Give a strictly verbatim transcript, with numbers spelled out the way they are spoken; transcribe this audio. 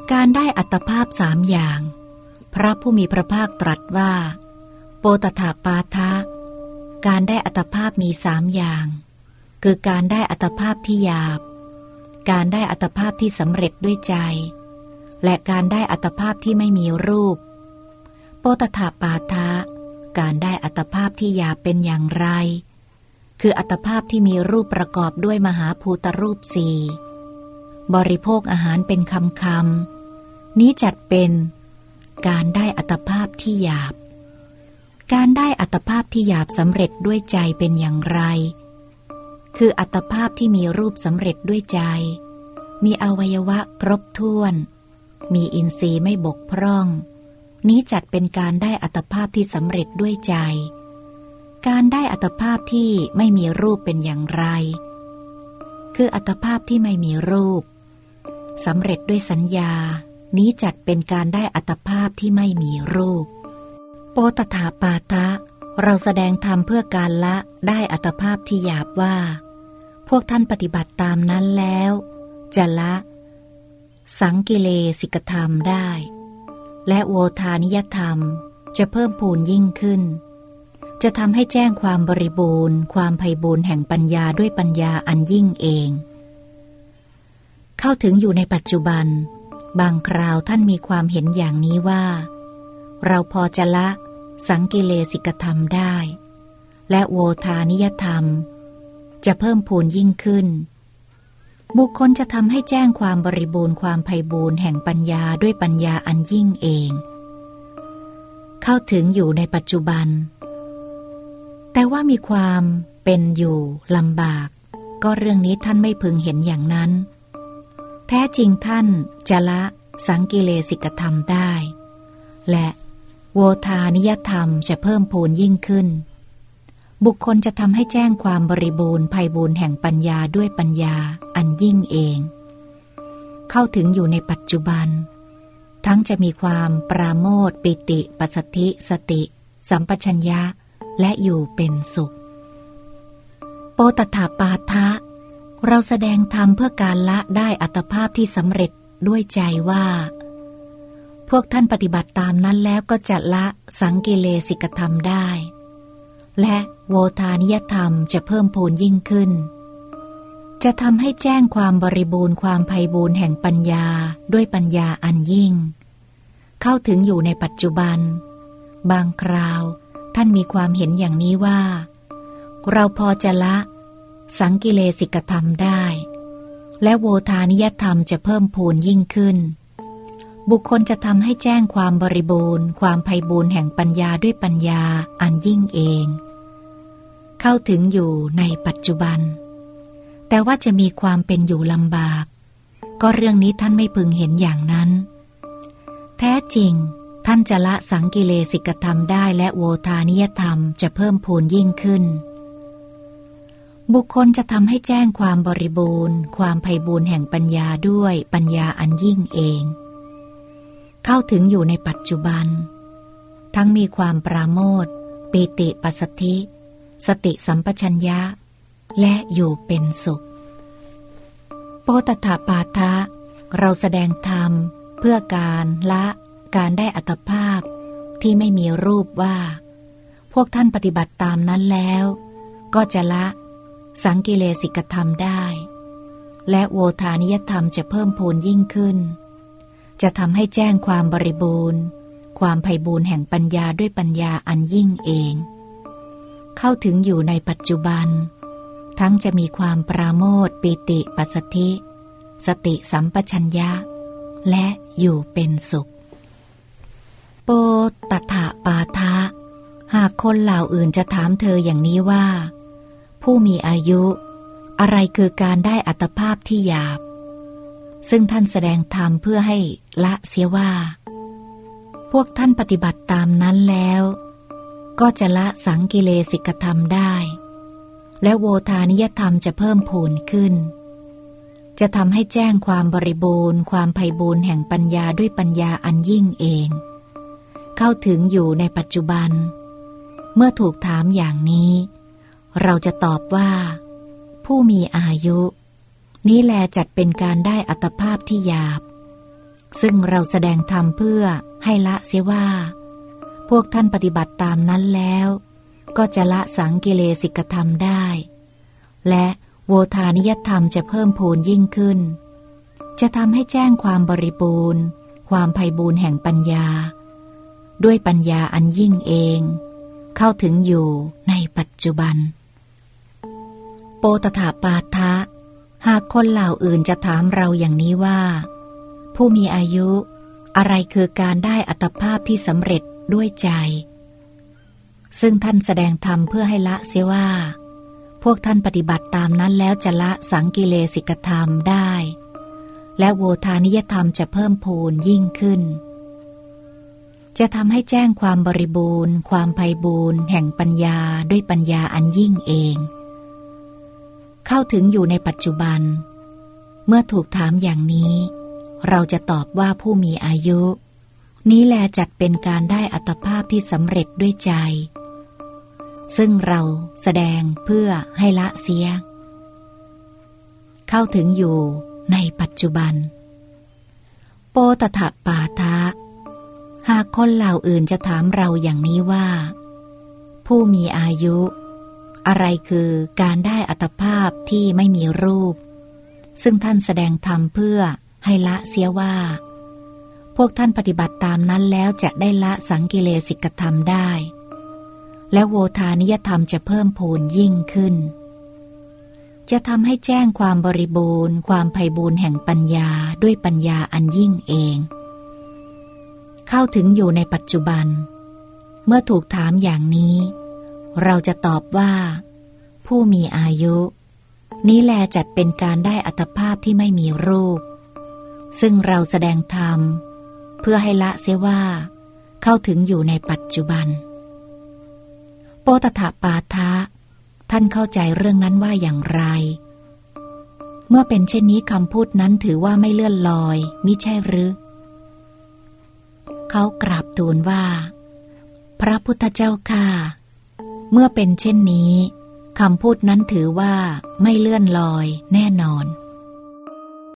การได้อัตภาพสามอย่างพระผู้มีพระภาคตรัสว่าโปตถาปาทะการได้อัตภาพมีสามอย่างคือการได้อัตภาพที่หยาบการได้อัตภาพที่สำเร็จด้วยใจและการได้อัตภาพที่ไม่มีรูปโปตถาปาทะการได้อัตภาพที่หยาบเป็นอย่างไรคืออัตภาพที่มีรูปประกอบด้วยมหาภูตรูปสี่บริโภคอาหารเป็นคำคำนี้จัดเป็นการได้อัตภาพที่หยาบการได้อัตภาพที่หยาบสำเร็จด้วยใจเป็นอย่างไรคืออัตภาพที่มีรูปสำเร็จด้วยใจมีอวัยวะครบถ้วนมีอินทรีย์ไม่บกพร่องนี้จัดเป็นการได้อัตภาพที่สำเร็จด้วยใจการได้อัตภาพที่ไม่มีรูปเป็นอย่างไรคืออัตภาพที่ไม่มีรูปสำเร็จด้วยสัญญานี้จัดเป็นการได้อัตภาพที่ไม่มีรูปโปตถาปาทะเราแสดงธรรมเพื่อการละได้อัตภาพที่หยาบว่าพวกท่านปฏิบัติตามนั้นแล้วจะละสังกิเลสิกธรรมได้และโวทานิยธรรมจะเพิ่มพูนยิ่งขึ้นจะทำให้แจ้งความบริบูรณ์ความไพบูรณ์แห่งปัญญาด้วยปัญญาอันยิ่งเองเข้าถึงอยู่ในปัจจุบันบางคราวท่านมีความเห็นอย่างนี้ว่าเราพอจะละสังกิเลสิกธรรมได้และโวทานิยธรรมจะเพิ่มพูนยิ่งขึ้นบุคคลจะทำให้แจ้งความบริบูรณ์ความไพบูรณ์แห่งปัญญาด้วยปัญญาอันยิ่งเองเข้าถึงอยู่ในปัจจุบันแต่ว่ามีความเป็นอยู่ลำบากก็เรื่องนี้ท่านไม่พึงเห็นอย่างนั้นแท้จริงท่านจะละสังกิเลสิกธรรมได้และโวทานิยธรรมจะเพิ่มพูนยิ่งขึ้นบุคคลจะทำให้แจ้งความบริบูรณ์ไพบูรณ์แห่งปัญญาด้วยปัญญาอันยิ่งเองเข้าถึงอยู่ในปัจจุบันทั้งจะมีความปราโมทย์ปิติปัสสัทธิสติสัมปชัญญะและอยู่เป็นสุขโปตถาปาทะเราแสดงธรรมเพื่อการละได้อัตภาพที่สำเร็จด้วยใจว่าพวกท่านปฏิบัติตามนั้นแล้วก็จะละสังกิเลสิกธรรมได้และโวทานิยธรรมจะเพิ่มพูนยิ่งขึ้นจะทำให้แจ้งความบริบูรณ์ความไพบูรณ์แห่งปัญญาด้วยปัญญาอันยิ่งเข้าถึงอยู่ในปัจจุบันบางคราวท่านมีความเห็นอย่างนี้ว่าเราพอจะละสังกิเลสิกธรรมได้และโวทานิยธรรมจะเพิ่มพูนยิ่งขึ้นบุคคลจะทำให้แจ้งความบริบูรณ์ความไพบูรณ์แห่งปัญญาด้วยปัญญาอันยิ่งเองเข้าถึงอยู่ในปัจจุบันแต่ว่าจะมีความเป็นอยู่ลำบากก็เรื่องนี้ท่านไม่พึงเห็นอย่างนั้นแท้จริงท่านจะละสังกิเลสิกธรรมได้และโวทานิยธรรมจะเพิ่มพูนยิ่งขึ้นบุคคลจะทำให้แจ้งความบริบูรณ์ความไพบูรณ์แห่งปัญญาด้วยปัญญาอันยิ่งเองเข้าถึงอยู่ในปัจจุบันทั้งมีความปราโมทย์ปิติปัสสัทธิสติสัมปชัญญะและอยู่เป็นสุขโปตถาปาทะเราแสดงธรรมเพื่อการละการได้อัตภาพที่ไม่มีรูปว่าพวกท่านปฏิบัติตามนั้นแล้วก็จะละสังกิเลสิกธรรมได้และโวทานิยธรรมจะเพิ่มพูนยิ่งขึ้นจะทำให้แจ้งความบริบูรณ์ความไพบูรณ์แห่งปัญญาด้วยปัญญาอันยิ่งเองเข้าถึงอยู่ในปัจจุบันทั้งจะมีความปราโมทย์ปิติปัสสัทธิสติสัมปชัญญะและอยู่เป็นสุขโปตถาปาทะหากคนเหล่าอื่นจะถามเธออย่างนี้ว่าผู้มีอายุอะไรคือการได้อัตภาพที่หยาบซึ่งท่านแสดงธรรมเพื่อให้ละเสียว่าพวกท่านปฏิบัติตามนั้นแล้วก็จะละสังกิเลสิกธรรมได้และโวทานิยธรรมจะเพิ่มพูนขึ้นจะทำให้แจ้งความบริบูรณ์ความไพบูรณ์แห่งปัญญาด้วยปัญญาอันยิ่งเองเข้าถึงอยู่ในปัจจุบันเมื่อถูกถามอย่างนี้เราจะตอบว่าผู้มีอายุนี้แลจัดเป็นการได้อัตภาพที่หยาบซึ่งเราแสดงธรรมเพื่อให้ละเสียว่าพวกท่านปฏิบัติตามนั้นแล้วก็จะละสังกิเลสิกธรรมได้และโวทานิยธรรมจะเพิ่มพูนยิ่งขึ้นจะทำให้แจ้งความบริบูรณ์ความไพบูรณ์แห่งปัญญาด้วยปัญญาอันยิ่งเองเข้าถึงอยู่ในปัจจุบันโปตถาปาทะหากคนเหล่าอื่นจะถามเราอย่างนี้ว่าผู้มีอายุอะไรคือการได้อัตภาพที่สำเร็จด้วยใจซึ่งท่านแสดงธรรมเพื่อให้ละเสียว่าพวกท่านปฏิบัติตามนั้นแล้วจะละสังกิเลสิกธรรมได้และโวทานิยธรรมจะเพิ่มพูนยิ่งขึ้นจะทำให้แจ้งความบริบูรณ์ความไพบูรณ์แห่งปัญญาด้วยปัญญาอันยิ่งเองเข้าถึงอยู่ในปัจจุบันเมื่อถูกถามอย่างนี้เราจะตอบว่าผู้มีอายุนี้แลจัดเป็นการได้อัตภาพที่สำเร็จด้วยใจซึ่งเราแสดงเพื่อให้ละเสียเข้าถึงอยู่ในปัจจุบันโปตถปาทะหากคนเหล่าอื่นจะถามเราอย่างนี้ว่าผู้มีอายุอะไรคือการได้อัตภาพที่ไม่มีรูปซึ่งท่านแสดงธรรมเพื่อให้ละเสียว่าพวกท่านปฏิบัติตามนั้นแล้วจะได้ละสังกิเลสิกธรรมได้และโวทานิยธรรมจะเพิ่มพูนยิ่งขึ้นจะทำให้แจ้งความบริบูรณ์ความไพบูรณ์แห่งปัญญาด้วยปัญญาอันยิ่งเองเข้าถึงอยู่ในปัจจุบันเมื่อถูกถามอย่างนี้เราจะตอบว่าผู้มีอายุนี้แลจัดเป็นการได้อัตภาพที่ไม่มีรูปซึ่งเราแสดงธรรมเพื่อให้ละเสียว่าเข้าถึงอยู่ในปัจจุบันโปตถปาทะท่านเข้าใจเรื่องนั้นว่าอย่างไรเมื่อเป็นเช่นนี้คำพูดนั้นถือว่าไม่เลื่อนลอยมิใช่หรือเขากราบทูลว่าพระพุทธเจ้าข้าเมื่อเป็นเช่นนี้คำพูดนั้นถือว่าไม่เลื่อนลอยแน่นอน